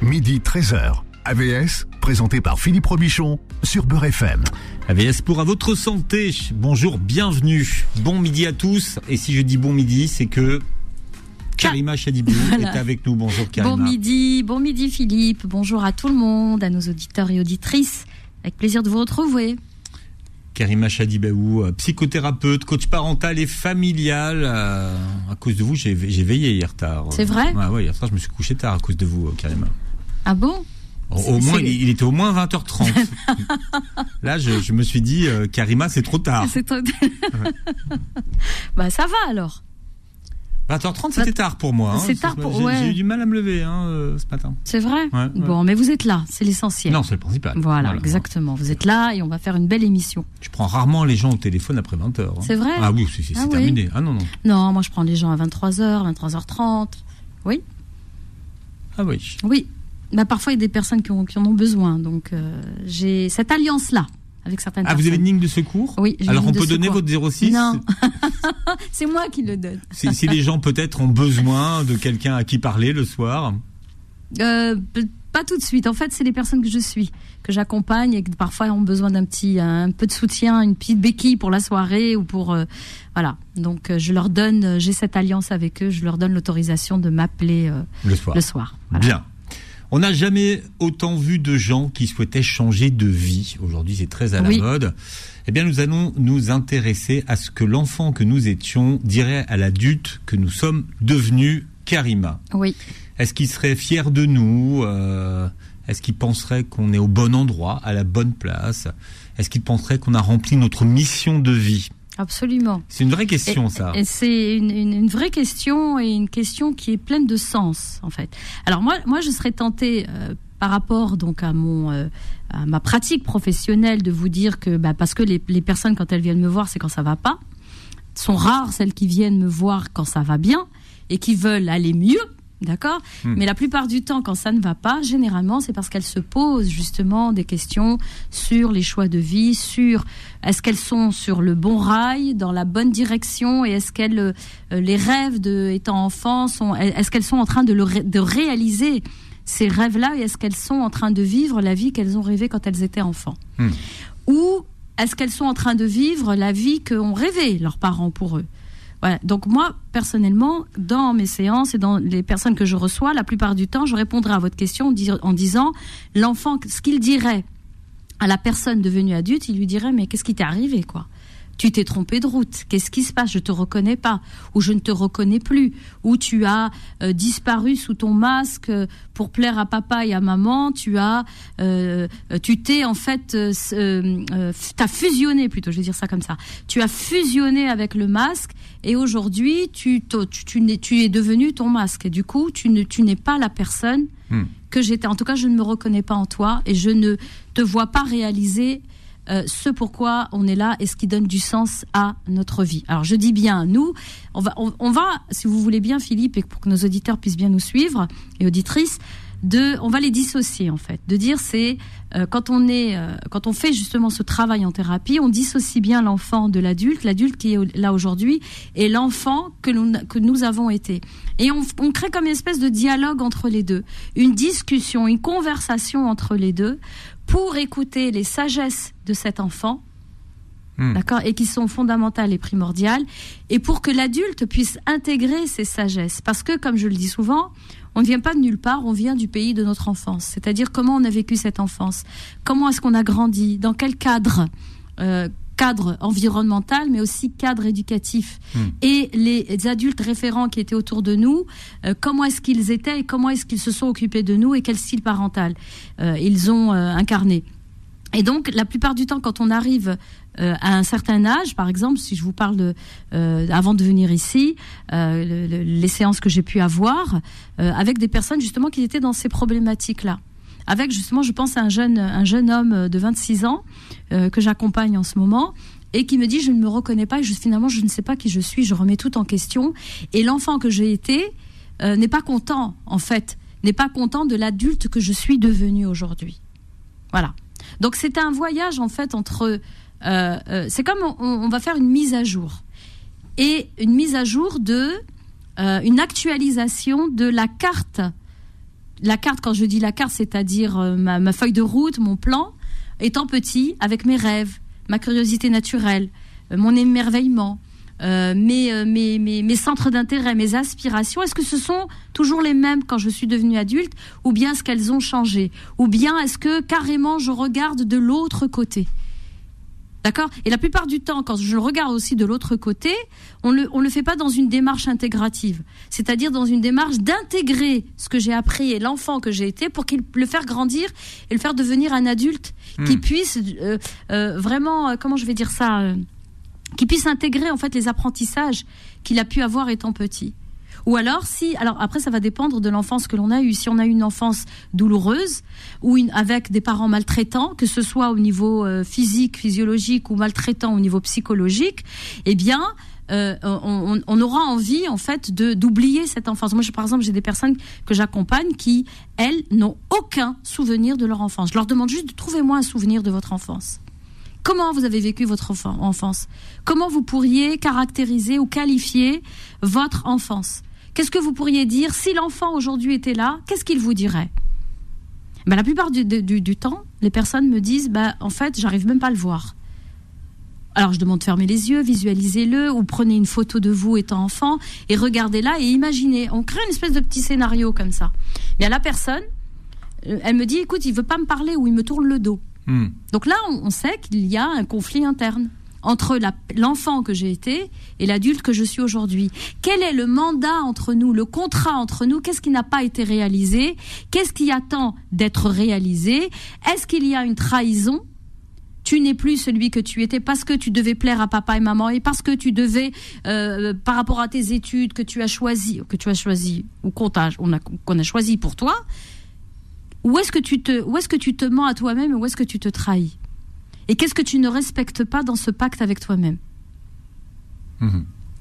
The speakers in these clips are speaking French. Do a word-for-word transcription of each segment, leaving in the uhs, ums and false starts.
midi treize heures. A V S, présenté par Philippe Robichon sur Beurre F M. A V S pour à votre santé. Bonjour, bienvenue. Bon midi à tous. Et si je dis bon midi, c'est que Karima Chadibou voilà. est avec nous. Bonjour Karima. Bon midi, bon midi Philippe. Bonjour à tout le monde, à nos auditeurs et auditrices. Avec plaisir de vous retrouver. Karima Chadibou, psychothérapeute, coach parental et familial. Euh, à cause de vous, j'ai, j'ai veillé hier tard. C'est vrai ? Ouais, ouais, hier tard, je me suis couché tard à cause de vous, Karima. Ah bon ? Au, au moins, il, il était au moins vingt heures trente. Là, je, je me suis dit, euh, Karima, c'est trop tard. C'est trop tard. Ouais. Bah, ça va alors. vingt heures trente, c'était tard pour moi. Hein. C'est tard pour j'ai, ouais. j'ai eu du mal à me lever hein, euh, ce matin. C'est vrai ouais, ouais. Bon, mais vous êtes là, c'est l'essentiel. Non, c'est le principal. Voilà, voilà, exactement. Vous êtes là et on va faire une belle émission. Je prends rarement les gens au téléphone après vingt heures. Hein. C'est vrai ? Ah oui, c'est, c'est, ah, c'est oui. terminé. Ah non, non. Non, moi je prends les gens à vingt-trois heures, vingt-trois heures trente. Oui. Ah oui. Oui. Bah, parfois, il y a des personnes qui, ont, qui en ont besoin. Donc, euh, j'ai cette alliance-là avec certaines ah, personnes. Ah, vous avez une ligne de secours ? Oui. J'ai Alors, une on ligne peut de donner secours. votre zéro six ? Non. C'est moi qui le donne. si, si les gens, peut-être, ont besoin de quelqu'un à qui parler le soir ? euh, Pas tout de suite. En fait, c'est les personnes que je suis, que j'accompagne et qui parfois ont besoin d'un petit, un peu de soutien, une petite béquille pour la soirée ou pour... Euh, voilà. Donc, euh, je leur donne, j'ai cette alliance avec eux, je leur donne l'autorisation de m'appeler euh, le soir. Le soir. Voilà. Bien. On n'a jamais autant vu de gens qui souhaitaient changer de vie. Aujourd'hui, c'est très à la oui. mode. Eh bien, nous allons nous intéresser à ce que l'enfant que nous étions dirait à l'adulte que nous sommes devenus. Karima. Oui. Est-ce qu'il serait fier de nous ? euh, Est-ce qu'il penserait qu'on est au bon endroit, à la bonne place ? Est-ce qu'il penserait qu'on a rempli notre mission de vie ? Absolument. C'est une vraie question, et, ça. Et c'est une, une, une vraie question et une question qui est pleine de sens, en fait. Alors moi, moi, je serais tentée euh, par rapport donc à mon, euh, à ma pratique professionnelle de vous dire que, bah, parce que les, les personnes quand elles viennent me voir, c'est quand ça va pas. Sont rares celles qui viennent me voir quand ça va bien et qui veulent aller mieux. D'accord ? mmh. Mais la plupart du temps, quand ça ne va pas, généralement, c'est parce qu'elles se posent justement des questions sur les choix de vie, sur est-ce qu'elles sont sur le bon rail, dans la bonne direction, et est-ce qu'elles, euh, les rêves de étant enfant, sont, est-ce qu'elles sont en train de, le ré, de réaliser ces rêves-là, et est-ce qu'elles sont en train de vivre la vie qu'elles ont rêvée quand elles étaient enfants ? mmh. Ou est-ce qu'elles sont en train de vivre la vie qu'ont rêvé leurs parents pour eux ? Voilà. Donc moi, personnellement, dans mes séances et dans les personnes que je reçois, la plupart du temps, je répondrai à votre question en disant, l'enfant, ce qu'il dirait à la personne devenue adulte, il lui dirait, mais qu'est-ce qui t'est arrivé, quoi ? Tu t'es trompé de route. Qu'est-ce qui se passe ? Je te reconnais pas. Ou je ne te reconnais plus. Ou tu as euh, disparu sous ton masque euh, pour plaire à papa et à maman. Tu as, euh, tu t'es en fait, euh, euh, t'as fusionné plutôt. Je vais dire ça comme ça. Tu as fusionné avec le masque et aujourd'hui tu, tu, tu, n'es, tu es devenu ton masque. Et du coup, tu ne, tu n'es pas la personne hmm. que j'étais. En tout cas, je ne me reconnais pas en toi et je ne te vois pas réaliser. Euh, ce pourquoi on est là et ce qui donne du sens à notre vie. Alors je dis bien nous, on va, on, on va, si vous voulez bien Philippe, et pour que nos auditeurs puissent bien nous suivre et auditrices, de, on va les dissocier en fait. De dire c'est euh, quand on est, euh, quand on fait justement ce travail en thérapie, on dissocie bien l'enfant de l'adulte, l'adulte qui est là aujourd'hui et l'enfant que, l'on, que nous avons été. Et on, on crée comme une espèce de dialogue entre les deux, une discussion, une conversation entre les deux. Pour écouter les sagesses de cet enfant, mmh. d'accord, et qui sont fondamentales et primordiales, et pour que l'adulte puisse intégrer ces sagesses. Parce que, comme je le dis souvent, on ne vient pas de nulle part, on vient du pays de notre enfance. C'est-à-dire comment on a vécu cette enfance, comment est-ce qu'on a grandi, dans quel cadre, euh, cadre environnemental, mais aussi cadre éducatif. Mmh. Et les adultes référents qui étaient autour de nous, euh, comment est-ce qu'ils étaient et comment est-ce qu'ils se sont occupés de nous et quel style parental euh, ils ont euh, incarné. Et donc, la plupart du temps, quand on arrive euh, à un certain âge, par exemple, si je vous parle de, euh, avant de venir ici, euh, le, le, les séances que j'ai pu avoir, euh, avec des personnes justement qui étaient dans ces problématiques-là. Avec justement, je pense à un jeune, un jeune homme de vingt-six ans euh, que j'accompagne en ce moment et qui me dit je ne me reconnais pas et je, finalement je ne sais pas qui je suis, je remets tout en question et l'enfant que j'ai été euh, n'est pas content en fait, n'est pas content de l'adulte que je suis devenue aujourd'hui. Voilà. Donc c'est un voyage en fait entre, euh, euh, c'est comme on, on va faire une mise à jour et une mise à jour de, euh, une actualisation de la carte la carte, quand je dis la carte, c'est-à-dire euh, ma, ma feuille de route, mon plan, étant petit, avec mes rêves, ma curiosité naturelle, euh, mon émerveillement, euh, mes, euh, mes, mes, mes centres d'intérêt, mes aspirations, est-ce que ce sont toujours les mêmes quand je suis devenue adulte, ou bien est-ce qu'elles ont changé, ou bien est-ce que carrément je regarde de l'autre côté? D'accord? Et la plupart du temps, quand je le regarde aussi de l'autre côté, on le, on le fait pas dans une démarche intégrative. C'est-à-dire dans une démarche d'intégrer ce que j'ai appris et l'enfant que j'ai été pour qu'il le faire grandir et le faire devenir un adulte mmh. qui puisse euh, euh, vraiment, euh, comment je vais dire ça, euh, qui puisse intégrer en fait les apprentissages qu'il a pu avoir étant petit. Ou alors, si, alors après, ça va dépendre de l'enfance que l'on a eue. Si on a eu une enfance douloureuse ou une, avec des parents maltraitants, que ce soit au niveau euh, physique, physiologique ou maltraitant au niveau psychologique, eh bien, euh, on, on aura envie, en fait, de, d'oublier cette enfance. Moi, je, par exemple, j'ai des personnes que j'accompagne qui, elles, n'ont aucun souvenir de leur enfance. Je leur demande juste de trouvez-moi un souvenir de votre enfance. Comment vous avez vécu votre enfant, enfance? Comment vous pourriez caractériser ou qualifier votre enfance? Qu'est-ce que vous pourriez dire si l'enfant aujourd'hui était là? Qu'est-ce qu'il vous dirait? Ben, la plupart du, du, du temps, les personnes me disent ben, en fait, j'arrive même pas à le voir. Alors je demande de fermer les yeux, visualisez-le, ou prenez une photo de vous étant enfant et regardez-la et imaginez. On crée une espèce de petit scénario comme ça. Bien, la personne, elle me dit écoute, il veut pas me parler ou il me tourne le dos. Mmh. Donc là, on, on sait qu'il y a un conflit interne entre la, l'enfant que j'ai été et l'adulte que je suis aujourd'hui. Quel est le mandat entre nous, le contrat entre nous? Qu'est-ce qui n'a pas été réalisé? Qu'est-ce qui attend d'être réalisé? Est-ce qu'il y a une trahison? Tu n'es plus celui que tu étais parce que tu devais plaire à papa et maman et parce que tu devais, euh, par rapport à tes études que tu as choisi, que tu as choisi ou qu'on a, on a, qu'on a choisi pour toi. Où est-ce que tu te, où est-ce que tu te mens à toi-même et où est-ce que tu te trahis? Et qu'est-ce que tu ne respectes pas dans ce pacte avec toi-même? Mmh.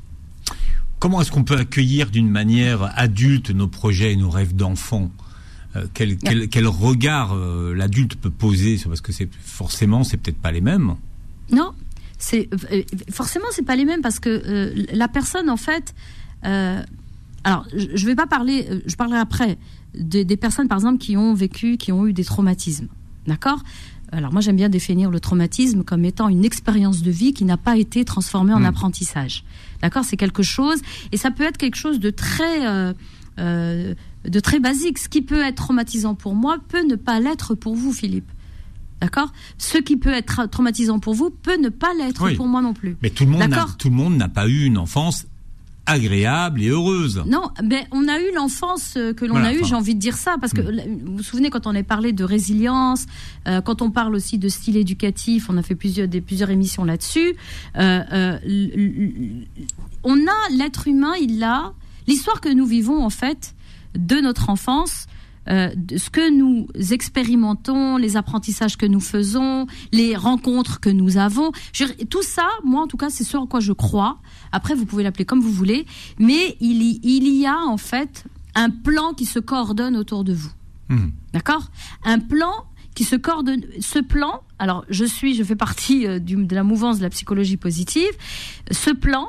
Comment est-ce qu'on peut accueillir d'une manière adulte nos projets et nos rêves d'enfant? euh, quel, quel, quel regard euh, l'adulte peut poser? Parce que c'est, forcément, c'est peut-être pas les mêmes. Non, c'est, euh, forcément, c'est pas les mêmes parce que euh, la personne, en fait... Euh, alors, je ne vais pas parler... Je parlerai après des, des personnes, par exemple, qui ont vécu, qui ont eu des traumatismes. D'accord ? Alors moi j'aime bien définir le traumatisme comme étant une expérience de vie qui n'a pas été transformée en mmh. apprentissage. D'accord ? C'est quelque chose, et ça peut être quelque chose de très, euh, euh, de très basique. Ce qui peut être traumatisant pour moi peut ne pas l'être pour vous, Philippe. D'accord ? Ce qui peut être traumatisant pour vous peut ne pas l'être oui. pour moi non plus. Mais tout le monde n'a, tout le monde n'a pas eu une enfance agréable et heureuse. Non, mais on a eu l'enfance que l'on voilà, a eue, j'ai envie de dire ça, parce que mmh. vous vous souvenez quand on a parlé de résilience, euh, quand on parle aussi de style éducatif, on a fait plusieurs, des, plusieurs émissions là-dessus, euh, euh, l, l, on a, l'être humain, il a, l'histoire que nous vivons en fait, de notre enfance, Euh, ce que nous expérimentons, les apprentissages que nous faisons, les rencontres que nous avons, je, tout ça, moi en tout cas, c'est ce en quoi je crois. Après, vous pouvez l'appeler comme vous voulez, mais il y, il y a en fait un plan qui se coordonne autour de vous. Mmh. D'accord ? Un plan qui se coordonne. Ce plan, alors je suis, je fais partie euh, du, de la mouvance de la psychologie positive. Ce plan,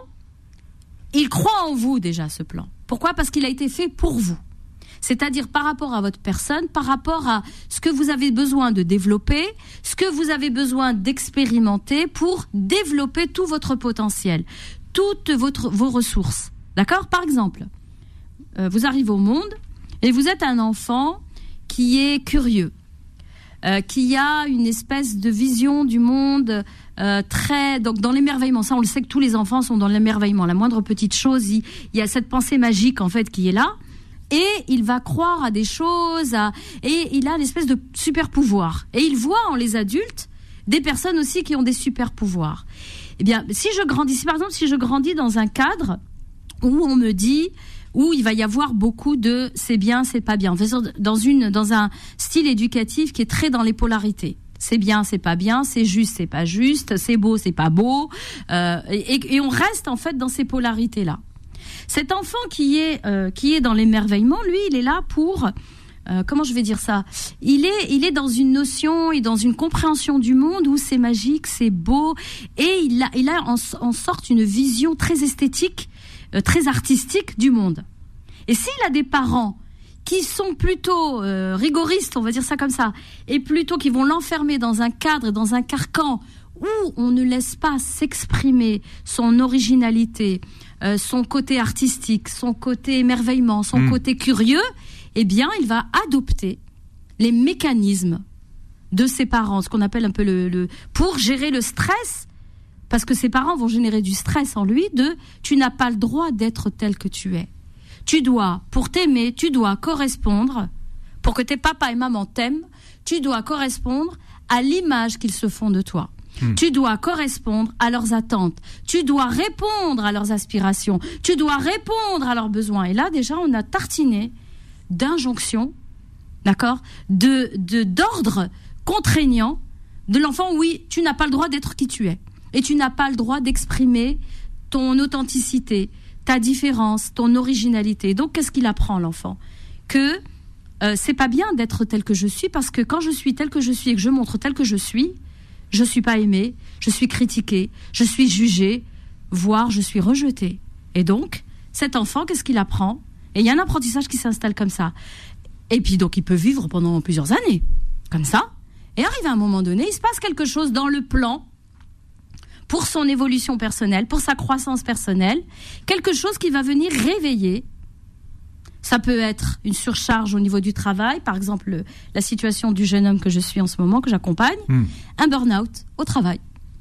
il croit en vous déjà, ce plan. Pourquoi ? Parce qu'il a été fait pour vous. C'est-à-dire par rapport à votre personne, par rapport à ce que vous avez besoin de développer, ce que vous avez besoin d'expérimenter pour développer tout votre potentiel, toutes votre, vos ressources. D'accord ? Par exemple, euh, vous arrivez au monde et vous êtes un enfant qui est curieux, euh, qui a une espèce de vision du monde euh, très... Donc dans l'émerveillement, ça on le sait que tous les enfants sont dans l'émerveillement. La moindre petite chose, il, il y a cette pensée magique en fait qui est là. Et il va croire à des choses, à... et il a une espèce de super pouvoir. Et il voit en les adultes des personnes aussi qui ont des super pouvoirs. Eh bien, si je grandis, si par exemple, si je grandis dans un cadre où on me dit, où il va y avoir beaucoup de c'est bien, c'est pas bien, dans une, dans un style éducatif qui est très dans les polarités. C'est bien, c'est pas bien, c'est juste, c'est pas juste, c'est beau, c'est pas beau, euh, et, et on reste en fait dans ces polarités-là. Cet enfant qui est euh, qui est dans l'émerveillement, lui, il est là pour euh, comment je vais dire ça ? Il est il est dans une notion et dans une compréhension du monde où c'est magique, c'est beau, et il a il a en, en sorte une vision très esthétique, euh, très artistique du monde. Et s'il a des parents qui sont plutôt euh, rigoristes, on va dire ça comme ça, et plutôt qui vont l'enfermer dans un cadre, dans un carcan où on ne laisse pas s'exprimer son originalité, euh, son côté artistique, son côté émerveillement, son mmh. côté curieux, eh bien, il va adopter les mécanismes de ses parents, ce qu'on appelle un peu le, le pour gérer le stress, parce que ses parents vont générer du stress en lui de tu n'as pas le droit d'être tel que tu es. Tu dois, pour t'aimer, tu dois correspondre, pour que tes papas et maman t'aiment, tu dois correspondre à l'image qu'ils se font de toi. Mmh. Tu dois correspondre à leurs attentes. Tu dois répondre à leurs aspirations. Tu dois répondre à leurs besoins. Et là, déjà, on a tartiné d'injonctions, d'accord, de, de, d'ordre contraignant de l'enfant. Oui, tu n'as pas le droit d'être qui tu es. Et tu n'as pas le droit d'exprimer ton authenticité, ta différence, ton originalité. Donc, qu'est-ce qu'il apprend, l'enfant ? Que euh, c'est pas bien d'être tel que je suis, parce que quand je suis tel que je suis et que je montre tel que je suis, je suis pas aimée, je suis critiquée, je suis jugée, voire je suis rejetée. Et donc, cet enfant, qu'est-ce qu'il apprend ? Et il y a un apprentissage qui s'installe comme ça. Et puis, donc, il peut vivre pendant plusieurs années, comme ça. Et arrive à un moment donné, il se passe quelque chose dans le plan pour son évolution personnelle, pour sa croissance personnelle, quelque chose qui va venir réveiller. Ça peut être une surcharge au niveau du travail, par exemple le, la situation du jeune homme que je suis en ce moment, que j'accompagne, mmh. un burn-out au travail,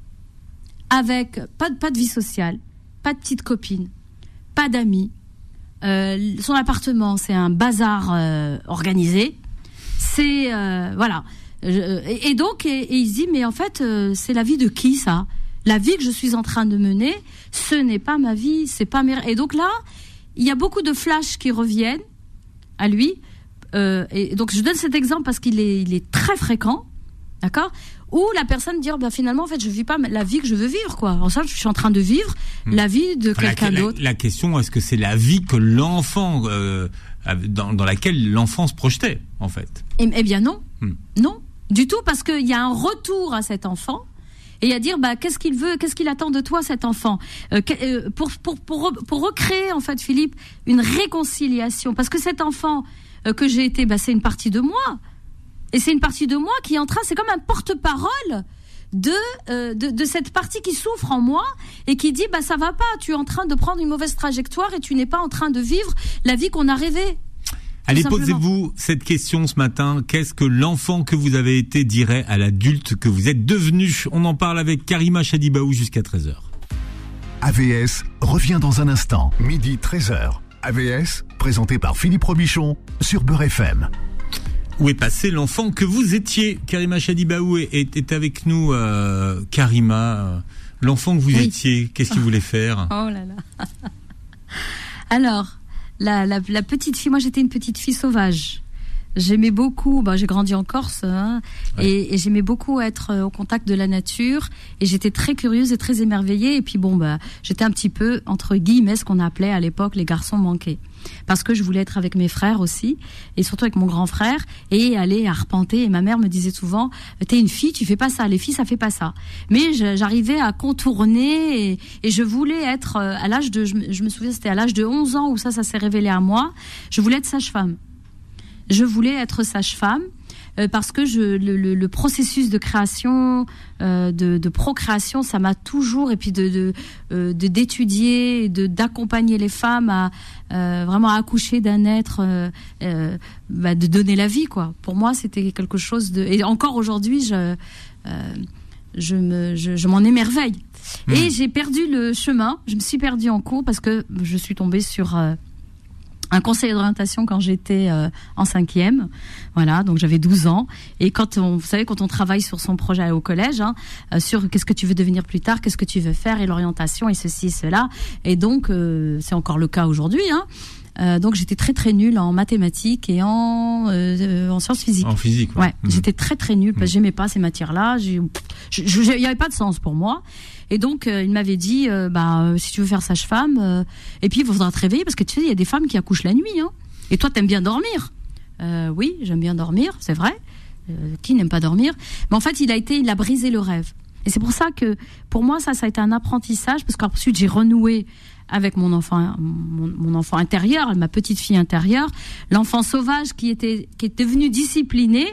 avec pas de, pas de vie sociale, pas de petite copine, pas d'amis, euh, son appartement c'est un bazar euh, organisé, c'est euh, voilà, et, et donc et, et il se dit mais en fait euh, c'est la vie de qui ça ? La vie que je suis en train de mener, ce n'est pas ma vie, c'est pas mes... Et donc là, il y a beaucoup de flashs qui reviennent à lui. Euh, et donc je donne cet exemple parce qu'il est, il est très fréquent, d'accord ? Où la personne dit, oh, bah, finalement, en fait, je vis pas la vie que je veux vivre, quoi. En ça, je suis en train de vivre mmh. la vie de enfin, quelqu'un la, d'autre. La, la question, est-ce que c'est la vie que l'enfant, euh, dans, dans laquelle l'enfant se projetait, en fait ? Eh, eh bien non, mmh. non, du tout, parce qu'il y a un retour à cet enfant. Et à dire bah qu'est-ce qu'il veut, qu'est-ce qu'il attend de toi cet enfant euh, que, euh, pour pour pour pour recréer en fait Philippe une réconciliation, parce que cet enfant euh, que j'ai été bah c'est une partie de moi, et c'est une partie de moi qui est en train, c'est comme un porte-parole de euh, de de cette partie qui souffre en moi et qui dit bah ça va pas, tu es en train de prendre une mauvaise trajectoire et tu n'es pas en train de vivre la vie qu'on a rêvée. Allez, posez-vous cette question ce matin. Qu'est-ce que l'enfant que vous avez été dirait à l'adulte que vous êtes devenu ? On en parle avec Karima Chadibaou jusqu'à treize heures. A V S revient dans un instant, midi treize heures. A V S, présenté par Philippe Robichon sur Beurre F M. Où est passé l'enfant que vous étiez ? Karima Chadibaou est, est, est avec nous. Euh, Karima, euh, l'enfant que vous oui. étiez, qu'est-ce qu'il voulait faire ? Oh là là. Alors... La, la, la petite fille, moi j'étais une petite fille sauvage. J'aimais beaucoup, bah, j'ai grandi en Corse, hein, ouais. et, et j'aimais beaucoup être au contact de la nature, et j'étais très curieuse et très émerveillée, et puis bon, bah, j'étais un petit peu, entre guillemets, ce qu'on appelait à l'époque les garçons manqués. Parce que je voulais être avec mes frères aussi, et surtout avec mon grand frère, et aller arpenter. Et ma mère me disait souvent, t'es une fille, tu fais pas ça, les filles ça fait pas ça. Mais je, j'arrivais à contourner, et, et je voulais être, à l'âge de, je me, je me souviens, c'était à l'âge de onze ans où ça, ça s'est révélé à moi, je voulais être sage-femme. Je voulais être sage-femme. Euh, parce que je, le, le, le processus de création, euh, de, de procréation, ça m'a toujours, et puis de, de, euh, de d'étudier, de d'accompagner les femmes à euh, vraiment à accoucher d'un être, euh, euh, bah, de donner la vie, quoi. Pour moi, c'était quelque chose de, et encore aujourd'hui, je euh, je me je, je m'en émerveille. Mmh. Et j'ai perdu le chemin. Je me suis perdue en cours parce que je suis tombée sur euh, un conseiller d'orientation quand j'étais euh, en cinquième, voilà, donc j'avais douze ans. Et quand on, vous savez, quand on travaille sur son projet au collège, hein, euh, sur qu'est-ce que tu veux devenir plus tard, qu'est-ce que tu veux faire, et l'orientation, et ceci, cela. Et donc, euh, c'est encore le cas aujourd'hui, hein. Euh, donc j'étais très très nulle en mathématiques et en euh, en sciences physiques. En physique, ouais. ouais mmh. J'étais très très nulle parce que j'aimais pas ces matières-là. Il y avait pas de sens pour moi. Et donc euh, il m'avait dit, euh, bah euh, si tu veux faire sage-femme, euh, et puis il faudra te réveiller parce que tu sais il y a des femmes qui accouchent la nuit, hein. Et toi t'aimes bien dormir. Euh, oui, j'aime bien dormir, c'est vrai. Euh, qui n'aime pas dormir? Mais en fait il a été, il a brisé le rêve. Et c'est pour ça que, pour moi, ça, ça a été un apprentissage, parce qu'ensuite, j'ai renoué avec mon enfant, mon, mon enfant intérieur, ma petite fille intérieure, l'enfant sauvage qui était, qui est devenu discipliné,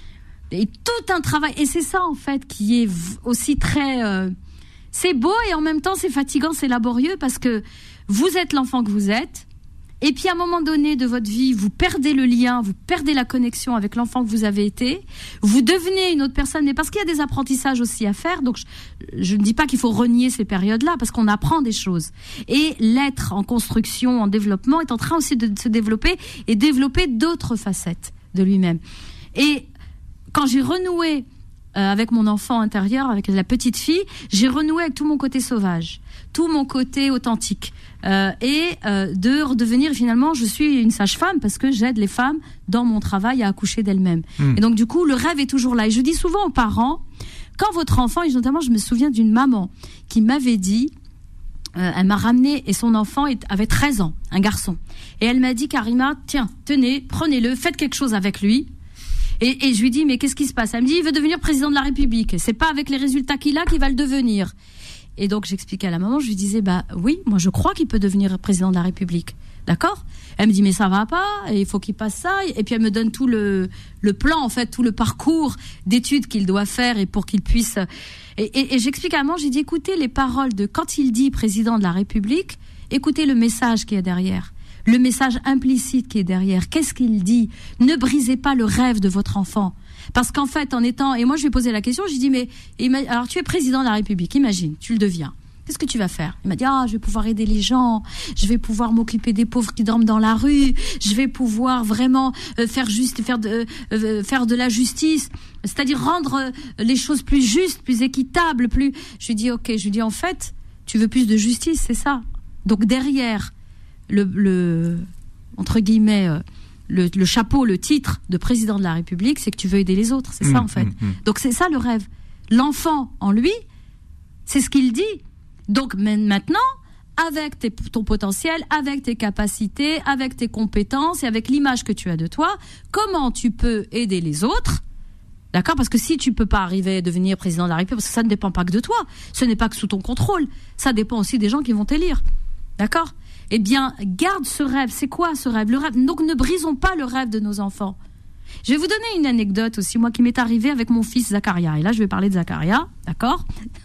et tout un travail. Et c'est ça, en fait, qui est aussi très, euh, c'est beau et en même temps, c'est fatigant, c'est laborieux, parce que vous êtes l'enfant que vous êtes. Et puis, à un moment donné de votre vie, vous perdez le lien, vous perdez la connexion avec l'enfant que vous avez été. Vous devenez une autre personne, mais parce qu'il y a des apprentissages aussi à faire. Donc, je, je ne dis pas qu'il faut renier ces périodes-là, parce qu'on apprend des choses. Et l'être en construction, en développement, est en train aussi de se développer et développer d'autres facettes de lui-même. Et quand j'ai renoué euh, avec mon enfant intérieur, avec la petite fille, j'ai renoué avec tout mon côté sauvage, tout mon côté authentique. Euh, et euh, de redevenir finalement, je suis une sage-femme parce que j'aide les femmes dans mon travail à accoucher d'elles-mêmes. Mmh. Et donc du coup, le rêve est toujours là. Et je dis souvent aux parents, quand votre enfant, et notamment je me souviens d'une maman qui m'avait dit, euh, elle m'a ramené et son enfant avait treize ans, un garçon. Et elle m'a dit, Karima, tiens, tenez, prenez-le, faites quelque chose avec lui. Et, et je lui dis, mais qu'est-ce qui se passe? Elle me dit, il veut devenir président de la République. C'est pas avec les résultats qu'il a qu'il va le devenir. Et donc, j'expliquais à la maman, je lui disais, bah oui, moi je crois qu'il peut devenir président de la République. D'accord? Elle me dit, mais ça va pas, et il faut qu'il passe ça. Et puis elle me donne tout le, le plan, en fait, tout le parcours d'études qu'il doit faire et pour qu'il puisse... Et, et, et j'explique à la maman, j'ai dit, écoutez les paroles de quand il dit président de la République, écoutez le message qu'il y a derrière. Le message implicite qui est derrière. Qu'est-ce qu'il dit? Ne brisez pas le rêve de votre enfant. Parce qu'en fait, en étant... Et moi, je lui ai posé la question, je lui ai dit, mais... Alors, tu es président de la République, imagine, tu le deviens. Qu'est-ce que tu vas faire? Il m'a dit, ah, je vais pouvoir aider les gens, je vais pouvoir m'occuper des pauvres qui dorment dans la rue, je vais pouvoir vraiment euh, faire juste, faire de, euh, faire de la justice, c'est-à-dire rendre euh, les choses plus justes, plus équitables, plus... Je lui ai dit, ok, je lui ai dit, en fait, tu veux plus de justice, c'est ça. Donc, derrière le... le entre guillemets... Euh, Le, le chapeau, le titre de président de la République, c'est que tu veux aider les autres, c'est mmh, ça en fait. Mmh, mmh. Donc c'est ça le rêve. L'enfant en lui, c'est ce qu'il dit. Donc maintenant, avec tes, ton potentiel, avec tes capacités, avec tes compétences et avec l'image que tu as de toi, comment tu peux aider les autres? D'accord? Parce que si tu peux pas arriver à devenir président de la République, parce que ça ne dépend pas que de toi, ce n'est pas que sous ton contrôle, ça dépend aussi des gens qui vont t'élire. D'accord? Eh bien, garde ce rêve. C'est quoi ce rêve? Le rêve. Donc, ne brisons pas le rêve de nos enfants. Je vais vous donner une anecdote aussi, moi, qui m'est arrivée avec mon fils Zacharia. Et là, je vais parler de Zacharia, d'accord?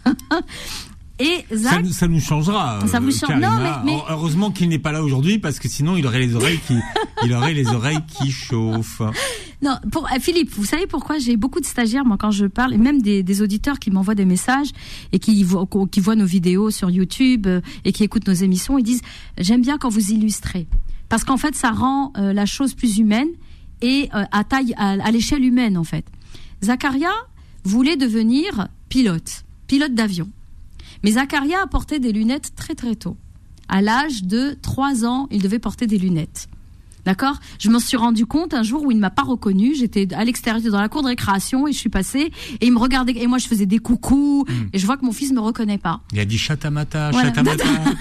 Et Zach, ça, ça nous changera. Ça vous change. Non, mais, mais... Heureusement qu'il n'est pas là aujourd'hui, parce que sinon, il aurait les oreilles qui, il aurait les oreilles qui chauffent. Non, pour Philippe, vous savez pourquoi j'ai beaucoup de stagiaires, moi, quand je parle, et même des, des auditeurs qui m'envoient des messages et qui voient, qui voient nos vidéos sur YouTube et qui écoutent nos émissions, ils disent j'aime bien quand vous illustrez, parce qu'en fait, ça rend euh, la chose plus humaine et euh, à taille, à, à l'échelle humaine, en fait. Zacharia voulait devenir pilote, pilote d'avion. Mais Zacharia a porté des lunettes très très tôt. À l'âge de trois ans, il devait porter des lunettes. D'accord? Je m'en suis rendu compte un jour où il ne m'a pas reconnu. J'étais à l'extérieur dans la cour de récréation et je suis passée et il me regardait et moi je faisais des coucous mmh. et je vois que mon fils me reconnaît pas. Il a dit chatamata, voilà. chatamata.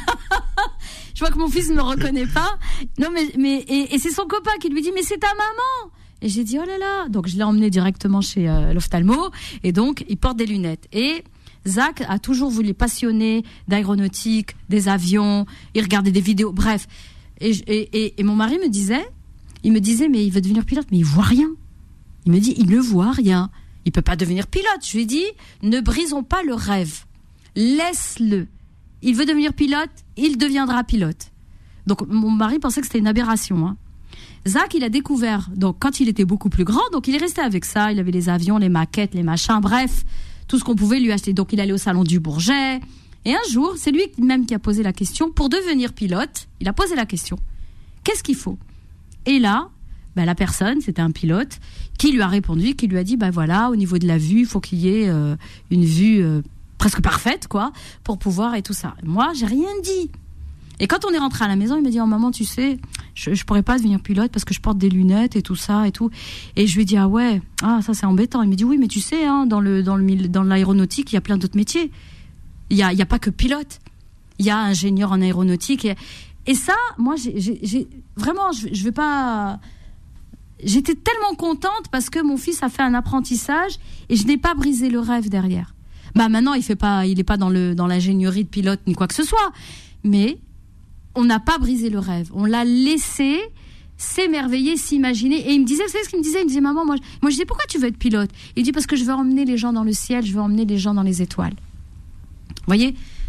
Je vois que mon fils ne me reconnaît pas. Non mais mais et, et c'est son copain qui lui dit mais c'est ta maman. Et j'ai dit oh là là. Donc je l'ai emmené directement chez euh, l'ophtalmo et donc il porte des lunettes et Zach a toujours voulu passionner d'aéronautique, des avions, il regardait des vidéos, bref. Et, et, et, et mon mari me disait, il me disait, mais il veut devenir pilote, mais il voit rien. Il me dit, il ne voit rien. Il peut pas devenir pilote. Je lui ai dit, ne brisons pas le rêve. Laisse-le. Il veut devenir pilote, il deviendra pilote. Donc, mon mari pensait que c'était une aberration, hein. Zach, il a découvert, donc, quand il était beaucoup plus grand, donc il est resté avec ça. Il avait les avions, les maquettes, les machins, bref, tout ce qu'on pouvait lui acheter. Donc, il allait au salon du Bourget. Et un jour, c'est lui même qui a posé la question. Pour devenir pilote, il a posé la question. Qu'est-ce qu'il faut? Et là, ben, la personne, c'était un pilote, qui lui a répondu, qui lui a dit, ben voilà, au niveau de la vue, il faut qu'il y ait euh, une vue euh, presque parfaite, quoi, pour pouvoir et tout ça. Moi, j'ai rien dit. Et quand on est rentré à la maison, il m'a dit, oh maman, tu sais, je, je pourrais pas devenir pilote parce que je porte des lunettes et tout ça et tout. Et je lui ai dit, ah ouais, ah ça c'est embêtant. Il m'a dit, oui, mais tu sais, hein, dans le dans le dans l'aéronautique, il y a plein d'autres métiers. Il y a il y a pas que pilote. Il y a ingénieur en aéronautique et, et ça, moi, j'ai, j'ai, j'ai vraiment, je, je vais pas. J'étais tellement contente parce que mon fils a fait un apprentissage et je n'ai pas brisé le rêve derrière. Bah maintenant, il fait pas, il est pas dans le dans l'ingénierie de pilote ni quoi que ce soit. Mais on n'a pas brisé le rêve. On l'a laissé s'émerveiller, s'imaginer. Et il me disait, vous savez ce qu'il me disait? Il me disait, maman, moi, moi je disais, pourquoi tu veux être pilote? Il dit, parce que je veux emmener les gens dans le ciel, je veux emmener les gens dans les étoiles. Vous voyez?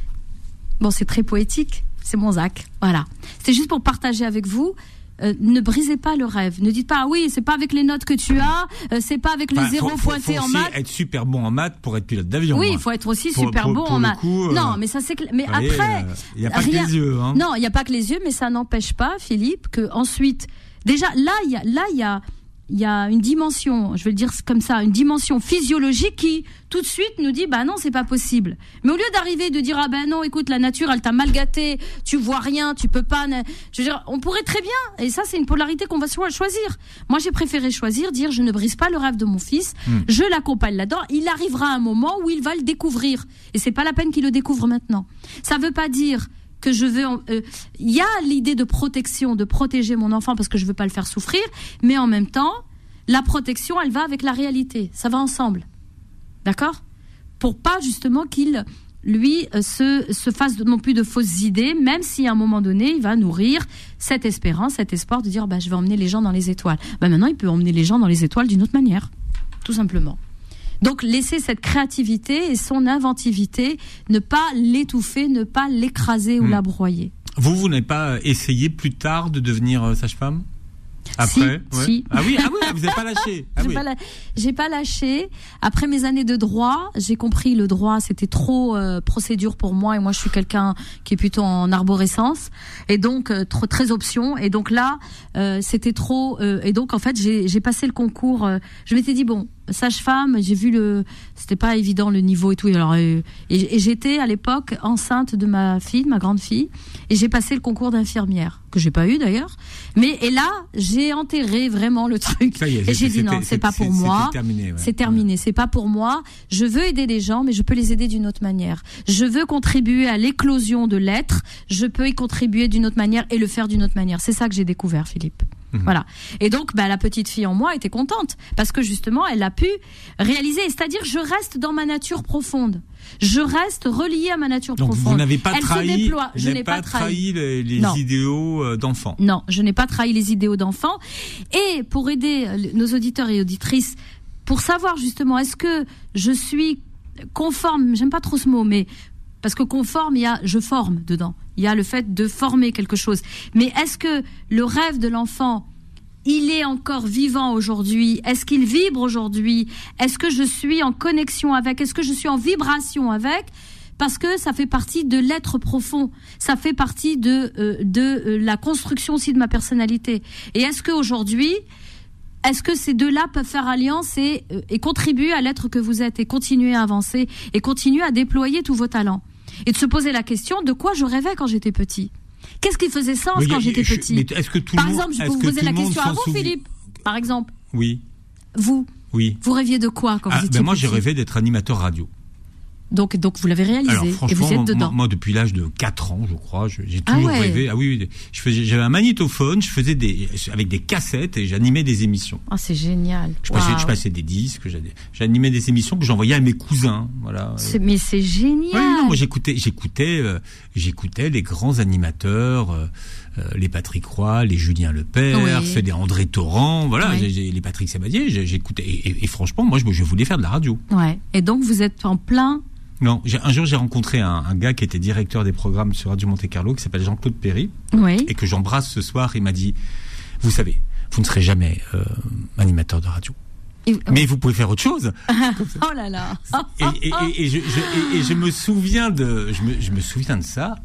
Bon, c'est très poétique. C'est mon Zach. Voilà. C'est juste pour partager avec vous. Euh, ne brisez pas le rêve. Ne dites pas, ah oui, c'est pas avec les notes que tu as, euh, c'est pas avec les enfin, zéros faut, pointés faut en maths. Il faut être super bon en maths pour être pilote d'avion. Oui, il faut être aussi pour, super pour, bon pour en maths. Euh, non, mais ça c'est cl... mais voyez, après, il euh, n'y a pas rien... que les yeux. Hein. Non, il n'y a pas que les yeux, mais ça n'empêche pas, Philippe, que ensuite, déjà là, il y a, là, il y a, il y a une dimension, je vais le dire comme ça, une dimension physiologique qui tout de suite nous dit bah non, c'est pas possible. Mais au lieu d'arriver de dire ah ben non, écoute, la nature elle t'a mal gâté, tu vois rien, tu peux pas, je veux dire, on pourrait très bien, et ça c'est une polarité qu'on va choisir. Moi j'ai préféré choisir dire je ne brise pas le rêve de mon fils, mmh. je l'accompagne là-dedans, il arrivera un moment où il va le découvrir et c'est pas la peine qu'il le découvre maintenant. Ça veut pas dire que je veux, il euh, y a l'idée de protection, de protéger mon enfant parce que je veux pas le faire souffrir, mais en même temps, la protection, elle va avec la réalité, ça va ensemble, d'accord? Pour pas justement qu'il, lui, euh, se, se fasse non plus de fausses idées, même si à un moment donné, il va nourrir cette espérance, cet espoir de dire, bah, je vais emmener les gens dans les étoiles. Bah, maintenant, il peut emmener les gens dans les étoiles d'une autre manière, tout simplement. Donc, laisser cette créativité et son inventivité, ne pas l'étouffer, ne pas l'écraser mmh. ou la broyer. Vous, vous n'avez pas essayé plus tard de devenir sage-femme ? Après, si, ouais. si. Ah oui, ah oui, vous n'avez pas lâché. Ah j'ai, oui. pas la... j'ai pas lâché. Après mes années de droit, j'ai compris le droit, c'était trop euh, procédure pour moi, et moi je suis quelqu'un qui est plutôt en arborescence, et donc euh, trop très option. Et donc là, euh, c'était trop. Euh, et donc en fait, j'ai, j'ai passé le concours. Euh, je m'étais dit bon, sage-femme, j'ai vu le, c'était pas évident le niveau et tout. Alors euh, et, et j'étais à l'époque enceinte de ma fille, de ma grande fille, et j'ai passé le concours d'infirmière que j'ai pas eu d'ailleurs. Mais et là, j'ai enterré vraiment le truc. Ça y est, et j'ai dit non, c'est pas pour moi. C'est terminé. Ouais. C'est terminé. Ouais. C'est pas pour moi. Je veux aider les gens, mais je peux les aider d'une autre manière. Je veux contribuer à l'éclosion de l'être. Je peux y contribuer d'une autre manière et le faire d'une autre manière. C'est ça que j'ai découvert, Philippe. Mmh. Voilà. Et donc, bah, la petite fille en moi était contente parce que justement, elle a pu réaliser. C'est-à-dire, je reste dans ma nature profonde. Je reste reliée à ma nature donc profonde. Vous n'avez pas elle trahi, se déploie. Je n'ai pas, pas trahi, trahi les, les idéaux d'enfants. Non, je n'ai pas trahi les idéaux d'enfants. Et pour aider nos auditeurs et auditrices, pour savoir justement, est-ce que je suis conforme, j'aime pas trop ce mot, mais parce que conforme, il y a je forme dedans. Il y a le fait de former quelque chose. Mais est-ce que le rêve de l'enfant, il est encore vivant aujourd'hui? Est-ce qu'il vibre aujourd'hui? Est-ce que je suis en connexion avec? Est-ce que je suis en vibration avec? Parce que ça fait partie de l'être profond. Ça fait partie de, euh, de euh, la construction aussi de ma personnalité. Et est-ce qu'aujourd'hui, est-ce que ces deux-là peuvent faire alliance et, euh, et contribuer à l'être que vous êtes et continuer à avancer et continuer à déployer tous vos talents? Et de se poser la question, de quoi je rêvais quand j'étais petit? Qu'est-ce qui faisait sens mais quand j'étais je, petit? Mais est-ce que tout Par le exemple, monde, je peux vous poser la question à vous, souvi... Philippe. Par exemple. Oui. Vous. Oui. Vous rêviez de quoi quand ah, vous étiez ben moi, petit? Moi, j'ai rêvé d'être animateur radio. Donc, donc vous l'avez réalisé. Alors, et vous êtes dedans. Moi, moi, depuis l'âge de quatre ans, je crois, je, j'ai toujours ah ouais. rêvé. Ah oui, oui, je faisais, j'avais un magnétophone, je faisais des, avec des cassettes et j'animais des émissions. Ah, oh, c'est génial. Je, wow. passais, je passais des disques, j'animais des émissions que j'envoyais à mes cousins. Voilà. C'est, mais c'est génial. Oui, non, moi j'écoutais, j'écoutais, euh, j'écoutais les grands animateurs. Euh, Euh, les Patrick Roy, les Julien Lepers, oui. ceux des André Torrent, voilà, oui. j'ai, j'ai, les Patrick Sabatier, j'ai, j'écoutais. Et, et, et franchement, moi, je, je voulais faire de la radio. Ouais. Et donc, vous êtes en plein. Non, j'ai, un jour, j'ai rencontré un, un gars qui était directeur des programmes sur Radio Monte Carlo, qui s'appelle Jean-Claude Perry, oui. et que j'embrasse ce soir. Il m'a dit, vous savez, vous ne serez jamais euh, animateur de radio. Et, mais vous pouvez faire autre chose. Oh là là. Et, et, et, et, je, je, et, et je me souviens de, je me, je me souviens de ça.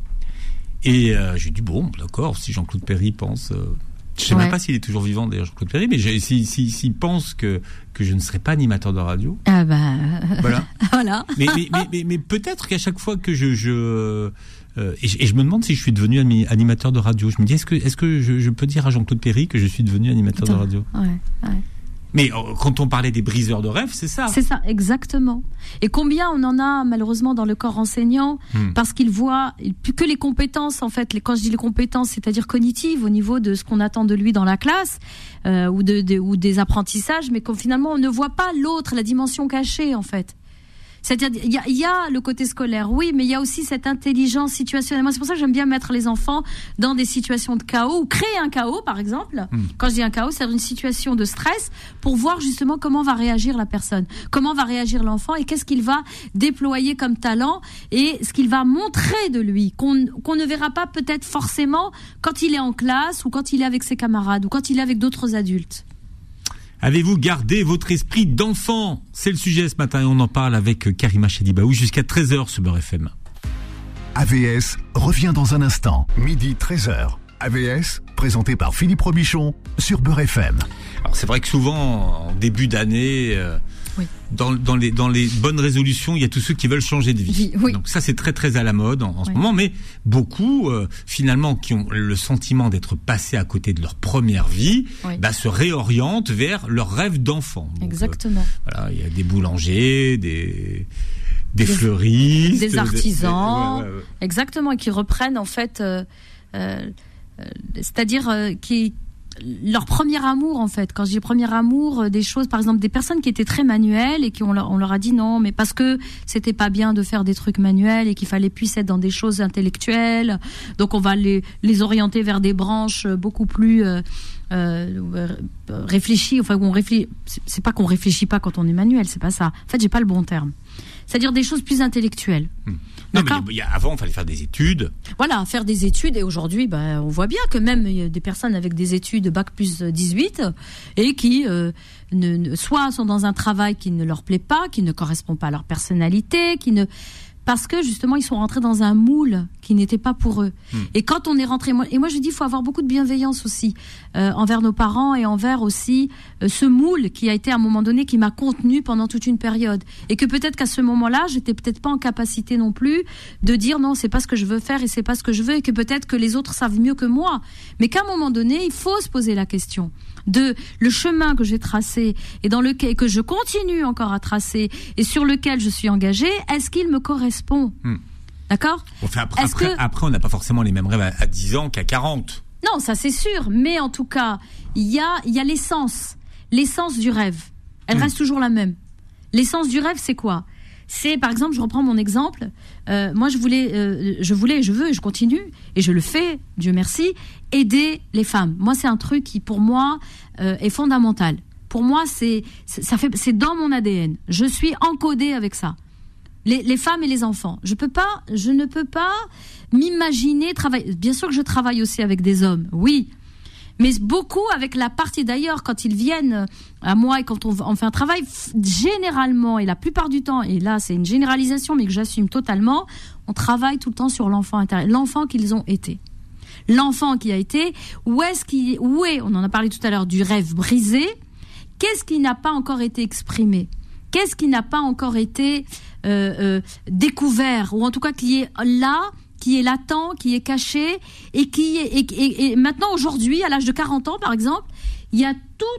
Et euh, j'ai dit bon, d'accord, si Jean-Claude Perry pense, euh, je sais ouais. même pas s'il est toujours vivant d'ailleurs Jean-Claude Perry, mais s'il si, si, si pense que que je ne serai pas animateur de radio, ah bah voilà, voilà. Mais mais, mais mais mais peut-être qu'à chaque fois que je je euh, et, je et je me demande si je suis devenu animateur de radio, je me dis est-ce que est-ce que je, je peux dire à Jean-Claude Perry que je suis devenu animateur Attends, de radio? Ouais, ouais. Mais quand on parlait des briseurs de rêves, c'est ça. C'est ça, exactement. Et combien on en a malheureusement dans le corps enseignant, hmm. parce qu'ils voient plus que les compétences, en fait. Les, quand je dis les compétences, c'est-à-dire cognitives, au niveau de ce qu'on attend de lui dans la classe, euh, ou, de, de, ou des apprentissages, mais comme finalement on ne voit pas l'autre, la dimension cachée, en fait. C'est-à-dire, il y a, il y a le côté scolaire, oui, mais il y a aussi cette intelligence situationnelle. Moi, c'est pour ça que j'aime bien mettre les enfants dans des situations de chaos, ou créer un chaos, par exemple. Mmh. Quand je dis un chaos, c'est une situation de stress, pour voir justement comment va réagir la personne, comment va réagir l'enfant, et qu'est-ce qu'il va déployer comme talent, et ce qu'il va montrer de lui, qu'on, qu'on ne verra pas peut-être forcément quand il est en classe, ou quand il est avec ses camarades, ou quand il est avec d'autres adultes. Avez-vous gardé votre esprit d'enfant ? C'est le sujet ce matin et on en parle avec Karima Chedibaou jusqu'à treize heures sur Beurre F M. A V S revient dans un instant, midi treize heures. A V S, présenté par Philippe Robichon sur Beurre F M. Alors c'est vrai que souvent, en début d'année, euh, oui. dans, dans, les, dans les bonnes résolutions, il y a tous ceux qui veulent changer de vie. Oui. Donc ça, c'est très très à la mode en, en oui. ce moment, mais beaucoup, euh, finalement, qui ont le sentiment d'être passés à côté de leur première vie, oui. bah, se réorientent vers leur rêve d'enfant. Donc, exactement. Euh, voilà, il y a des boulangers, des... Des, des fleuristes, des artisans, des, des, ouais, ouais, ouais. exactement, et qui reprennent en fait, euh, euh, c'est-à-dire euh, qui leur premier amour en fait. Quand je dis premier amour, euh, des choses, par exemple, des personnes qui étaient très manuelles et qui on leur, on leur a dit non, mais parce que c'était pas bien de faire des trucs manuels et qu'il fallait plus être dans des choses intellectuelles, donc on va les les orienter vers des branches beaucoup plus euh, Euh, réfléchi, enfin on réfléchit, c'est pas qu'on réfléchit pas quand on est manuel, c'est pas ça. En fait, j'ai pas le bon terme. C'est-à-dire des choses plus intellectuelles. Hum. Non, mais y a, avant, il fallait faire des études. Voilà, faire des études. Et aujourd'hui, ben, on voit bien que même il y a des personnes avec des études bac plus dix-huit et qui euh, ne, ne, soit sont dans un travail qui ne leur plaît pas, qui ne correspond pas à leur personnalité, qui ne parce que justement ils sont rentrés dans un moule qui n'était pas pour eux. Mmh. Et quand on est rentré, moi, et moi je dis, il faut avoir beaucoup de bienveillance aussi euh, envers nos parents et envers aussi euh, ce moule qui a été à un moment donné qui m'a contenu pendant toute une période. Et que peut-être qu'à ce moment-là, j'étais peut-être pas en capacité non plus de dire non, c'est pas ce que je veux faire et c'est pas ce que je veux, et que peut-être que les autres savent mieux que moi. Mais qu'à un moment donné, il faut se poser la question de le chemin que j'ai tracé et dans lequel que je continue encore à tracer et sur lequel je suis engagée, est-ce qu'il me correspond? hmm. D'accord? Enfin, après, après, que... après, on n'a pas forcément les mêmes rêves à, à dix ans qu'à quarante. Non, ça c'est sûr, mais en tout cas, il y a, il y a l'essence, l'essence du rêve. Elle hmm. reste toujours la même. L'essence du rêve, c'est quoi? C'est, par exemple, je reprends mon exemple. Euh, moi, je voulais, euh, je voulais, je veux, et je continue, et je le fais, Dieu merci, aider les femmes. Moi, c'est un truc qui, pour moi, euh, est fondamental. Pour moi, c'est, c'est, ça fait, c'est dans mon A D N. Je suis encodée avec ça. Les, les femmes et les enfants. Je peux pas, je ne peux pas m'imaginer travailler. Bien sûr que je travaille aussi avec des hommes, oui. Mais beaucoup avec la partie, d'ailleurs, quand ils viennent à moi et quand on, on fait un travail, généralement, et la plupart du temps, et là c'est une généralisation mais que j'assume totalement, on travaille tout le temps sur l'enfant intérieur, l'enfant qu'ils ont été. L'enfant qui a été, où est-ce qu'il, où est, on en a parlé tout à l'heure, du rêve brisé, qu'est-ce qui n'a pas encore été exprimé? Qu'est-ce qui n'a pas encore été euh, euh, découvert, ou en tout cas qui est là, qui est latent, qui est caché, et qui est, et, et, et maintenant aujourd'hui, à l'âge de quarante ans par exemple, il y a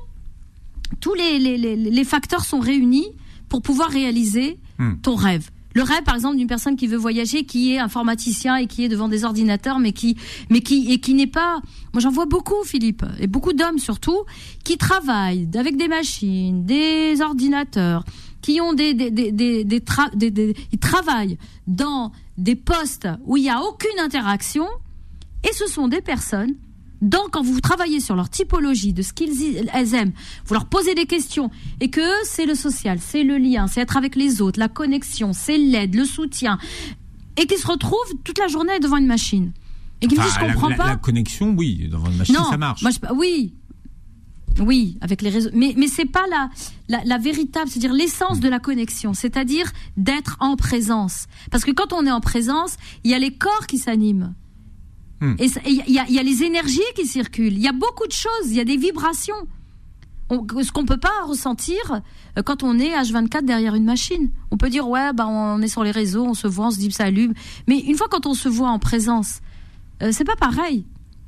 tout, tous les, les, les, les facteurs sont réunis pour pouvoir réaliser mmh. ton rêve. Le rêve, par exemple, d'une personne qui veut voyager, qui est informaticien et qui est devant des ordinateurs, mais qui, mais qui, et qui n'est pas. Moi, j'en vois beaucoup, Philippe, et beaucoup d'hommes surtout, qui travaillent avec des machines, des ordinateurs, qui ont des, des, des, des, des, tra- des, des ils travaillent dans des postes où il y a aucune interaction, et ce sont des personnes. Donc, quand vous travaillez sur leur typologie, de ce qu'ils elles aiment, vous leur posez des questions, et que eux, c'est le social, c'est le lien, c'est être avec les autres, la connexion, c'est l'aide, le soutien, et qu'ils se retrouvent toute la journée devant une machine. Et qu'ils enfin, me disent, je comprends la, pas. La connexion, oui, devant une machine, non, ça marche. Moi, je, oui. Oui, avec les réseaux. Mais, mais c'est pas la, la, la véritable, c'est-à-dire l'essence de la connexion, c'est-à-dire d'être en présence. Parce que quand on est en présence, il y a les corps qui s'animent. Et il y, y, y a les énergies qui circulent. Il y a beaucoup de choses. Il y a des vibrations. On, ce qu'on peut pas ressentir quand on est H vingt-quatre derrière une machine. On peut dire ouais, bah on est sur les réseaux, on se voit, on se dit salut. Mais une fois quand on se voit en présence, euh, c'est pas pareil.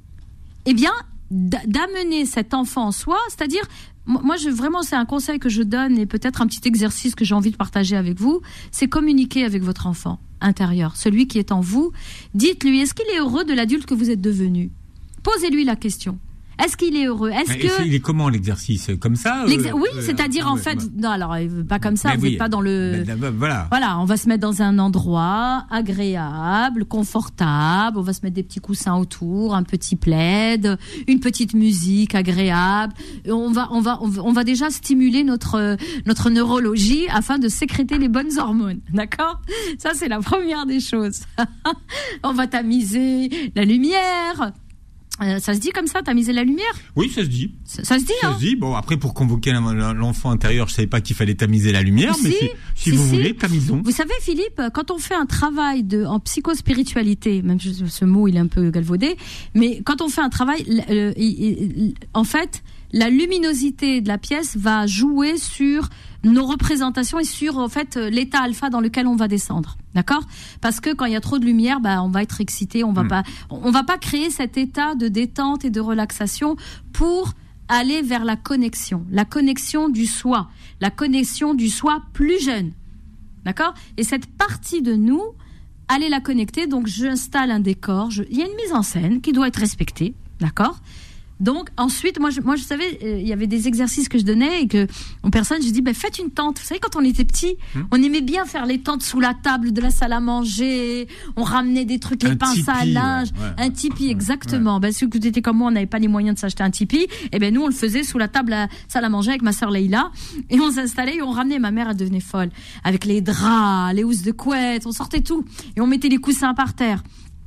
Eh bien, d'amener cet enfant en soi, c'est-à-dire, moi, je vraiment, c'est un conseil que je donne et peut-être un petit exercice que j'ai envie de partager avec vous, c'est communiquer avec votre enfant intérieur, celui qui est en vous. Dites-lui, est-ce qu'il est heureux de l'adulte que vous êtes devenu? Posez-lui la question. Est-ce qu'il est heureux? Est-ce mais que il est comment l'exercice? Comme ça? L'exer... Oui, euh, c'est-à-dire euh, en fait, bah... non, alors pas comme ça. Mais vous oui, n'êtes pas dans le. Bah, bah, voilà. Voilà, on va se mettre dans un endroit agréable, confortable. On va se mettre des petits coussins autour, un petit plaid, une petite musique agréable. On va, on va, on va, on va déjà stimuler notre notre neurologie afin de sécréter les bonnes hormones. D'accord? Ça, c'est la première des choses. On va tamiser la lumière. Euh, ça se dit comme ça, tamiser la lumière? Oui, ça se dit. Ça, ça se dit, ça hein? se dit. Bon, après, pour convoquer l'enfant intérieur, je savais pas qu'il fallait tamiser la lumière, si, mais si, si, si vous si. voulez, tamisons. Vous savez, Philippe, quand on fait un travail de, en psychospiritualité, même ce mot, il est un peu galvaudé, mais quand on fait un travail, euh, en fait, la luminosité de la pièce va jouer sur nos représentations et sur en fait l'état alpha dans lequel on va descendre, d'accord? Parce que quand il y a trop de lumière, bah on va être excité, on va mmh. pas, on va pas créer cet état de détente et de relaxation pour aller vers la connexion, la connexion du soi, la connexion du soi plus jeune, d'accord? Et cette partie de nous, allez la connecter. Donc j'installe un décor, je... il y a une mise en scène qui doit être respectée, d'accord? Donc ensuite, moi je, moi je savais, euh, il y avait des exercices que je donnais et que en personne, je dis, ben faites une tente. Vous savez, quand on était petit, mmh. on aimait bien faire les tentes sous la table de la salle à manger. On ramenait des trucs, les un pinces tipi, à linge, ouais, ouais, un tipi, ouais, exactement. Ouais. Ben si vous étiez comme moi, on n'avait pas les moyens de s'acheter un tipi. Et ben nous, on le faisait sous la table à la salle à manger avec ma sœur Leïla, et on s'installait et on ramenait. Ma mère, elle devenait folle avec les draps, les housses de couette, on sortait tout et on mettait les coussins par terre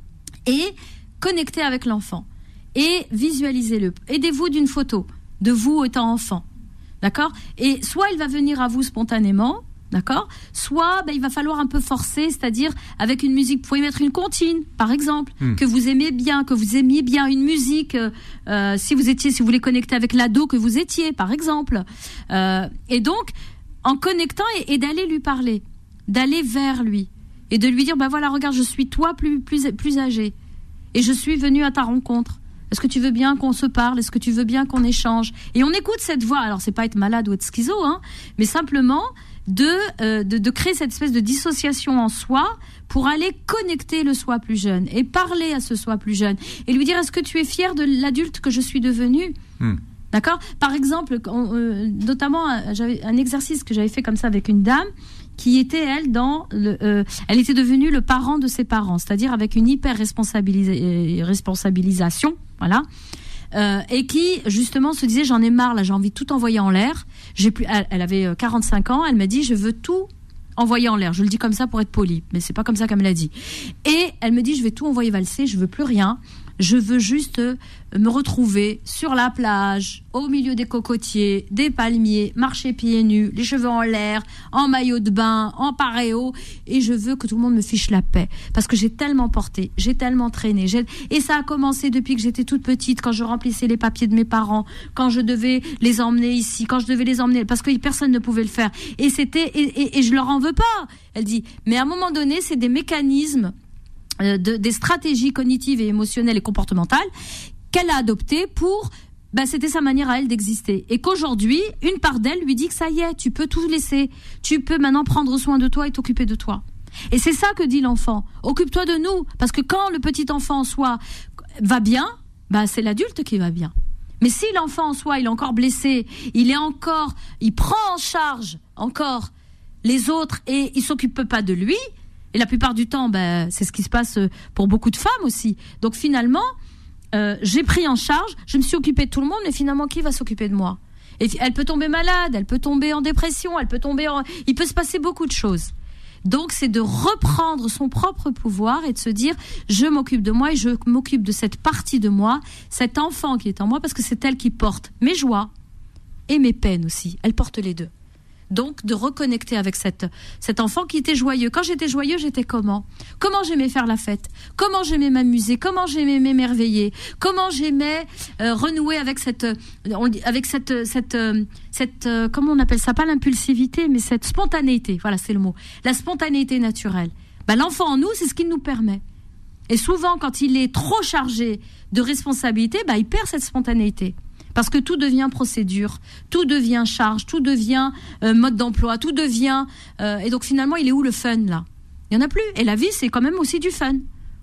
et connecter avec l'enfant. Et visualisez-le. Aidez-vous d'une photo de vous étant enfant, d'accord? Et soit il va venir à vous spontanément, d'accord? Soit ben, il va falloir un peu forcer, c'est-à-dire avec une musique. Vous pouvez mettre une comptine, par exemple, mmh. que vous aimez bien, que vous aimiez bien une musique. Euh, si vous étiez, si vous voulez connecter avec l'ado que vous étiez, par exemple. Euh, et donc, en connectant et, et d'aller lui parler, d'aller vers lui et de lui dire, ben voilà, regarde, je suis toi plus plus plus âgé et je suis venu à ta rencontre. Est-ce que tu veux bien qu'on se parle? Est-ce que tu veux bien qu'on échange? Et on écoute cette voix. Alors, c'est pas être malade ou être schizo, hein, mais simplement de, euh, de, de créer cette espèce de dissociation en soi pour aller connecter le soi plus jeune et parler à ce soi plus jeune et lui dire, est-ce que tu es fier de l'adulte que je suis devenu? Hmm. D'accord? Par exemple, on, euh, notamment, euh, j'avais un exercice que j'avais fait comme ça avec une dame qui était, elle, dans le, euh, elle était devenue le parent de ses parents, c'est-à-dire avec une hyper responsabilis- responsabilisation, voilà, euh, et qui, justement, se disait, j'en ai marre, là, j'ai envie de tout envoyer en l'air. J'ai plus, elle, elle avait quarante-cinq ans, elle m'a dit, je veux tout envoyer en l'air. Je le dis comme ça pour être poli, mais c'est pas comme ça qu'elle me l'a dit. Et elle me dit, je vais tout envoyer valser, je veux plus rien. Je veux juste me retrouver sur la plage, au milieu des cocotiers, des palmiers, marcher pieds nus, les cheveux en l'air, en maillot de bain, en paréo, et je veux que tout le monde me fiche la paix, parce que j'ai tellement porté, j'ai tellement traîné, j'ai... et ça a commencé depuis que j'étais toute petite, quand je remplissais les papiers de mes parents, quand je devais les emmener ici, quand je devais les emmener, parce que personne ne pouvait le faire, et c'était, et, et, et je leur en veux pas. Elle dit, mais à un moment donné, c'est des mécanismes, De, des stratégies cognitives et émotionnelles et comportementales qu'elle a adoptées pour, bah, c'était sa manière à elle d'exister. Et qu'aujourd'hui, une part d'elle lui dit que ça y est, tu peux tout laisser. Tu peux maintenant prendre soin de toi et t'occuper de toi. Et c'est ça que dit l'enfant. Occupe-toi de nous. Parce que quand le petit enfant en soi va bien, bah, c'est l'adulte qui va bien. Mais si l'enfant en soi, il est encore blessé, il est encore, il prend en charge encore les autres et il s'occupe pas de lui, et la plupart du temps, ben, c'est ce qui se passe pour beaucoup de femmes aussi. Donc finalement, euh, j'ai pris en charge, je me suis occupée de tout le monde, mais finalement, qui va s'occuper de moi? Et elle peut tomber malade, elle peut tomber en dépression, elle peut tomber en... Il peut se passer beaucoup de choses. Donc c'est de reprendre son propre pouvoir et de se dire, je m'occupe de moi et je m'occupe de cette partie de moi, cet enfant qui est en moi, parce que c'est elle qui porte mes joies et mes peines aussi. Elle porte les deux. Donc, de reconnecter avec cette, cet enfant qui était joyeux. Quand j'étais joyeux, j'étais comment? Comment j'aimais faire la fête? Comment j'aimais m'amuser? Comment j'aimais m'émerveiller? Comment j'aimais euh, renouer avec cette, avec cette, cette, euh, cette, euh, comment on appelle ça? Pas l'impulsivité, mais cette spontanéité. Voilà, c'est le mot. La spontanéité naturelle. Ben, l'enfant en nous, c'est ce qu'il nous permet. Et souvent, quand il est trop chargé de responsabilité, ben, il perd cette spontanéité. Parce que tout devient procédure, tout devient charge, tout devient euh, mode d'emploi, tout devient... Euh, et donc finalement, il est où le fun, là? Il n'y en a plus. Et la vie, c'est quand même aussi du fun.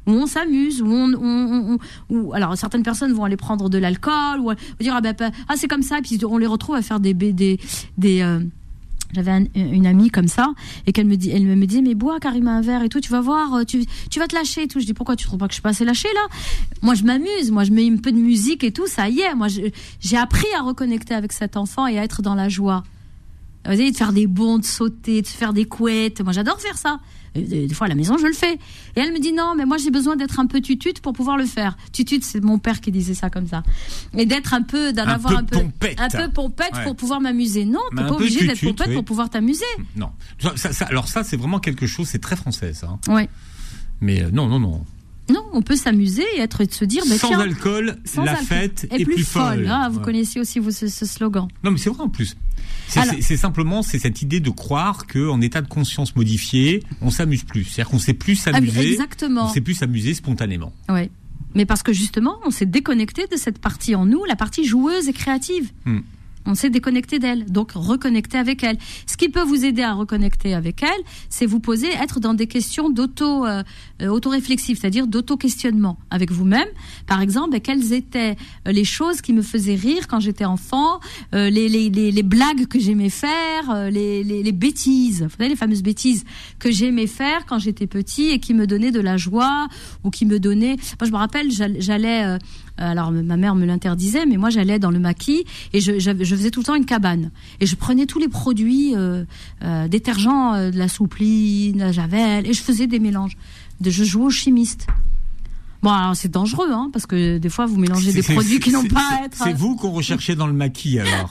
où on s'amuse, où on, on, on, où, alors certaines personnes vont aller prendre de l'alcool, ou dire ah ben ah c'est comme ça, et puis on les retrouve à faire des des des, des euh, j'avais un, une amie comme ça, et qu'elle me dit, elle me dit mais bois Karima un verre et tout, tu vas voir, tu tu vas te lâcher et tout. Je dis pourquoi, tu trouves pas que je suis pas assez lâchée là? Moi je m'amuse, moi je mets un peu de musique et tout, ça y est, moi je, j'ai appris à reconnecter avec cet enfant et à être dans la joie. Vous savez, de faire des bonds, de sauter, de faire des couettes. Moi, j'adore faire ça. Des, des fois, à la maison, je le fais. Et elle me dit, non, mais moi, j'ai besoin d'être un peu tutute pour pouvoir le faire. Tutute, c'est mon père qui disait ça comme ça. Et d'être un peu, d'en un avoir peu un peu, pompette. un peu pompette ouais. pour pouvoir m'amuser. Non, t'es pas obligé tutute, d'être pompette oui. pour pouvoir t'amuser. Non. Ça, ça, alors ça, c'est vraiment quelque chose, c'est très français, ça. Hein. Ouais. Mais euh, non, non, non. Non, on peut s'amuser et être et de se dire bah, sans tiens, alcool, sans la alcool. Fête est, est plus, plus folle. folle. Ah, vous ouais. connaissiez aussi vous, ce, ce slogan. Non, mais c'est vrai en plus. C'est, Alors, c'est, c'est simplement c'est cette idée de croire que en état de conscience modifié, on s'amuse plus. C'est-à-dire qu'on sait plus s'amuser. Exactement. On sait plus s'amuser spontanément. Oui. Mais parce que justement, on s'est déconnecté de cette partie en nous, la partie joueuse et créative. Hmm. On s'est déconnecté d'elle, donc reconnecter avec elle. Ce qui peut vous aider à reconnecter avec elle, c'est vous poser, être dans des questions d'auto, euh, auto-réflexives, c'est-à-dire d'auto-questionnement avec vous-même. Par exemple, quelles étaient les choses qui me faisaient rire quand j'étais enfant, euh, les, les, les, les blagues que j'aimais faire, les, les, les bêtises, vous savez, les fameuses bêtises que j'aimais faire quand j'étais petit et qui me donnaient de la joie ou qui me donnaient... Moi, je me rappelle, j'allais... Euh, alors ma mère me l'interdisait, mais moi j'allais dans le maquis et je, je, je faisais tout le temps une cabane et je prenais tous les produits euh, euh, détergents, euh, de la soupline, de la javel, et je faisais des mélanges. De, je jouais au chimiste. Bon, alors c'est dangereux, hein, parce que des fois vous mélangez c'est, des c'est, produits c'est, qui n'ont c'est, pas c'est, à être. C'est vous qu'on recherchait dans le maquis alors.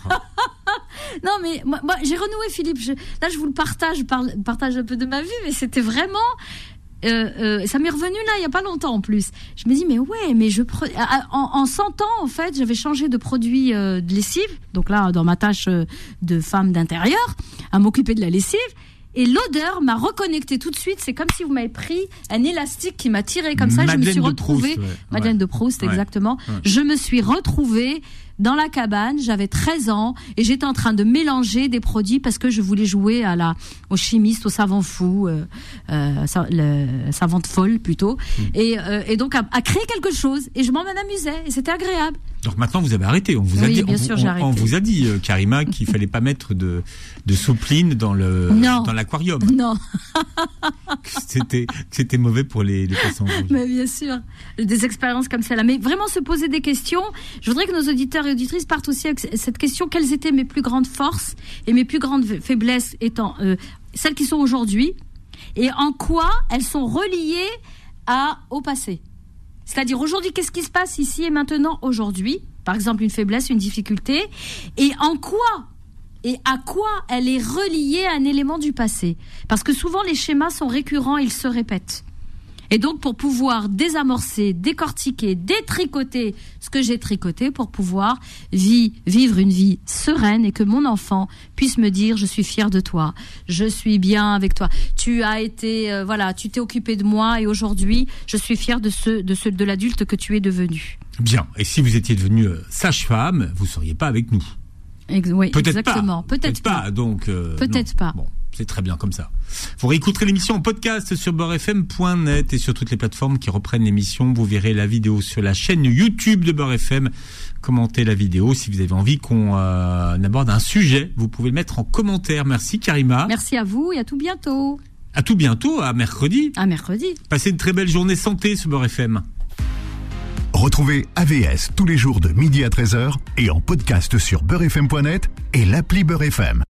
Non mais moi, moi j'ai renoué, Philippe. Je, là je vous le partage, je parle, partage un peu de ma vie, mais c'était vraiment. Euh, euh, ça m'est revenu là il y a pas longtemps en plus. Je me dis mais ouais mais je pre... en, en cent ans en fait j'avais changé de produit euh, de lessive, donc là dans ma tâche euh, de femme d'intérieur à m'occuper de la lessive, et l'odeur m'a reconnecté tout de suite. C'est comme si vous m'avez pris un élastique qui m'a tiré comme ça. Madeleine je me suis retrouvée Proust, ouais. Madeleine ouais. de Proust ouais. exactement ouais. Je me suis retrouvée dans la cabane, j'avais treize ans et j'étais en train de mélanger des produits parce que je voulais jouer à la, au chimiste, au savant fou, euh, euh, le, savante folle plutôt, mmh. et, euh, et donc à, à créer quelque chose, et je m'en amusais et c'était agréable. Donc maintenant vous avez arrêté, on vous a oui, dit, bien on, sûr, on, j'ai arrêté. on vous a dit euh, Karima qu'il fallait pas mettre de de soupline dans le non. dans l'aquarium. Non. c'était c'était mauvais pour les, les poissons rouges. Mais bien sûr, des expériences comme celle-là. Mais vraiment se poser des questions. Je voudrais que nos auditeurs et auditrices partent aussi avec cette question: quelles étaient mes plus grandes forces et mes plus grandes faiblesses étant euh, celles qui sont aujourd'hui, et en quoi elles sont reliées à au passé. C'est-à-dire aujourd'hui, qu'est-ce qui se passe ici et maintenant aujourd'hui? Par exemple, une faiblesse, une difficulté, et en quoi et à quoi elle est reliée à un élément du passé. Parce que souvent les schémas sont récurrents, ils se répètent. Et donc pour pouvoir désamorcer, décortiquer, détricoter ce que j'ai tricoté, pour pouvoir vie, vivre une vie sereine et que mon enfant puisse me dire: je suis fière de toi, je suis bien avec toi, tu as été, euh, voilà, tu t'es occupé de moi et aujourd'hui je suis fière de ce, de ce, de l'adulte que tu es devenu. Bien. Et si vous étiez devenue euh, sage-femme, vous seriez pas avec nous. Ex- oui, peut-être exactement. Pas. Peut-être, peut-être pas. pas. Donc euh, peut-être non. pas. Bon. C'est très bien comme ça. Vous réécouterez l'émission en podcast sur beurre f m point net et sur toutes les plateformes qui reprennent l'émission. Vous verrez la vidéo sur la chaîne YouTube de Beurre F M. Commentez la vidéo. Si vous avez envie qu'on euh, aborde un sujet, vous pouvez le mettre en commentaire. Merci Karima. Merci à vous et à tout bientôt. À tout bientôt, à mercredi. À mercredi. Passez une très belle journée santé sur Beurre F M. Retrouvez A V S tous les jours de midi à treize heures et en podcast sur beurre f m point net et l'appli Beurre F M.